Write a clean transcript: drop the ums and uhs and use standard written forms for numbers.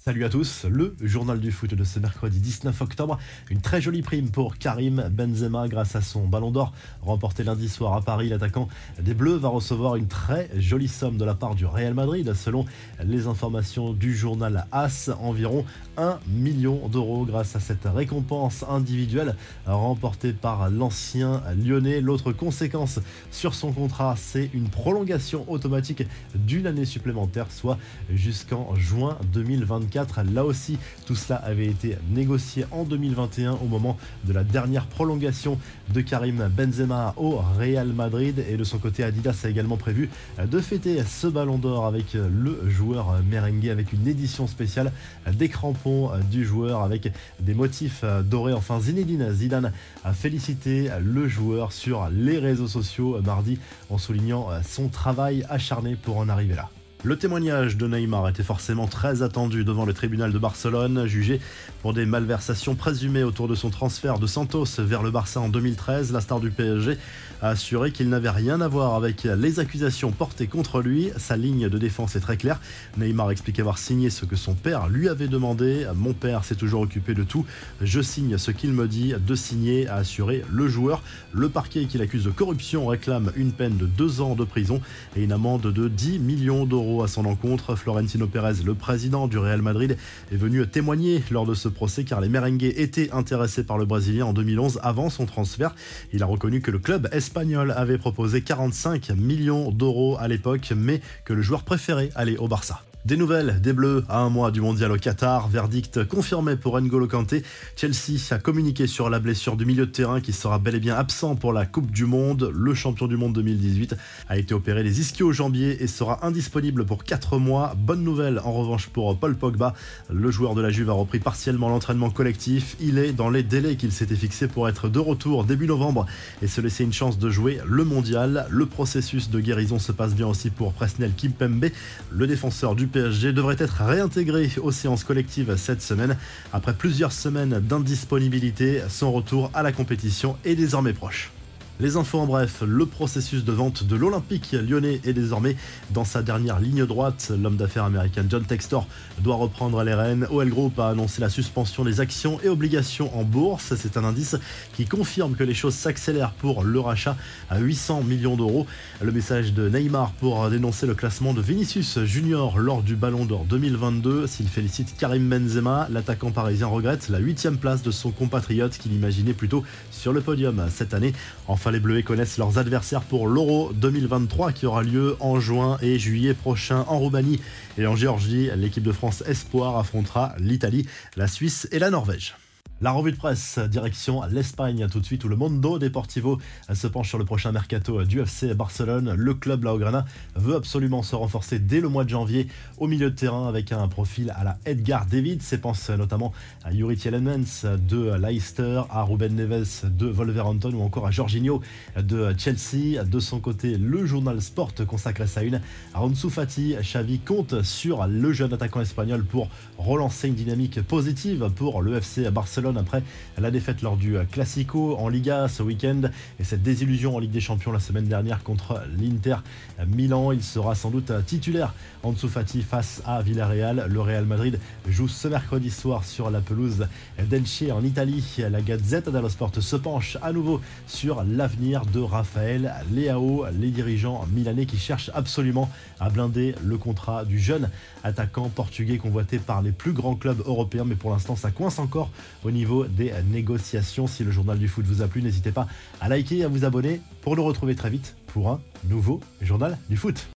Salut à tous, le journal du foot de ce mercredi 19 octobre. Une très jolie prime pour Karim Benzema grâce à son ballon d'or remporté lundi soir à Paris. L'attaquant des Bleus va recevoir une très jolie somme de la part du Real Madrid. Selon les informations du journal AS, environ 1 million d'euros grâce à cette récompense individuelle remportée par l'ancien Lyonnais. L'autre conséquence sur son contrat, c'est une prolongation automatique d'une année supplémentaire, soit jusqu'en juin 2024. Là aussi, tout cela avait été négocié en 2021 au moment de la dernière prolongation de Karim Benzema au Real Madrid. Et de son côté, Adidas a également prévu de fêter ce ballon d'or avec le joueur merengue, avec une édition spéciale des crampons du joueur avec des motifs dorés. Enfin, Zinedine Zidane a félicité le joueur sur les réseaux sociaux mardi en soulignant son travail acharné pour en arriver là. Le témoignage de Neymar était forcément très attendu devant le tribunal de Barcelone, jugé pour des malversations présumées autour de son transfert de Santos vers le Barça en 2013. La star du PSG a assuré qu'il n'avait rien à voir avec les accusations portées contre lui. Sa ligne de défense est très claire. Neymar explique avoir signé ce que son père lui avait demandé. « Mon père s'est toujours occupé de tout. Je signe ce qu'il me dit de signer », a assuré le joueur. Le parquet qui l'accuse de corruption réclame une peine de 2 ans de prison et une amende de 10 millions d'euros à son encontre. Florentino Pérez, le président du Real Madrid, est venu témoigner lors de ce procès car les merengues étaient intéressés par le Brésilien en 2011 avant son transfert. Il a reconnu que le club espagnol avait proposé 45 millions d'euros à l'époque, mais que le joueur préférait aller au Barça. Des nouvelles des Bleus à un mois du mondial au Qatar. Verdict confirmé pour N'Golo Kanté. Chelsea a communiqué sur la blessure du milieu de terrain qui sera bel et bien absent pour la Coupe du Monde. Le champion du monde 2018 a été opéré les ischio-jambiers et sera indisponible pour 4 mois. Bonne nouvelle en revanche pour Paul Pogba. Le joueur de la Juve a repris partiellement l'entraînement collectif. Il est dans les délais qu'il s'était fixés pour être de retour début novembre et se laisser une chance de jouer le mondial. Le processus de guérison se passe bien aussi pour Presnel Kimpembe. Le défenseur du PSG devrait être réintégré aux séances collectives cette semaine. Après plusieurs semaines d'indisponibilité, son retour à la compétition est désormais proche. Les infos en bref, le processus de vente de l'Olympique lyonnais est désormais dans sa dernière ligne droite. L'homme d'affaires américain John Textor doit reprendre les rênes. OL Group a annoncé la suspension des actions et obligations en bourse. C'est un indice qui confirme que les choses s'accélèrent pour le rachat à 800 millions d'euros. Le message de Neymar pour dénoncer le classement de Vinicius Junior lors du Ballon d'Or 2022. S'il félicite Karim Benzema, l'attaquant parisien regrette la 8e place de son compatriote qu'il imaginait plutôt sur le podium cette année. Enfin, les Bleus connaissent leurs adversaires pour l'Euro 2023 qui aura lieu en juin et juillet prochain en Roumanie et en Géorgie. L'équipe de France Espoir affrontera l'Italie, la Suisse et la Norvège. La revue de presse, direction l'Espagne tout de suite où le Mundo Deportivo se penche sur le prochain mercato du FC Barcelone. Le club Blaugrana veut absolument se renforcer dès le mois de janvier au milieu de terrain avec un profil à la Edgar Davids. C'est pense notamment à Yuri Tielemans de Leicester, à Ruben Neves de Wolverhampton ou encore à Jorginho de Chelsea. De son côté, le journal Sport consacre sa une à Ansu Fati. Xavi compte sur le jeune attaquant espagnol pour relancer une dynamique positive pour le FC Barcelone après la défaite lors du Classico en Liga ce week-end et cette désillusion en Ligue des Champions la semaine dernière contre l'Inter Milan. Il sera sans doute titulaire Ansu Fati face à Villarreal. Le Real Madrid joue ce mercredi soir sur la pelouse d'Elche en Italie. La Gazzetta dello Sport se penche à nouveau sur l'avenir de Raphaël Leao. Les dirigeants milanais qui cherchent absolument à blinder le contrat du jeune attaquant portugais convoité par les plus grands clubs européens, mais pour l'instant ça coince encore au niveau des négociations. Si le journal du foot vous a plu, n'hésitez pas à liker et à vous abonner pour nous retrouver très vite pour un nouveau journal du foot.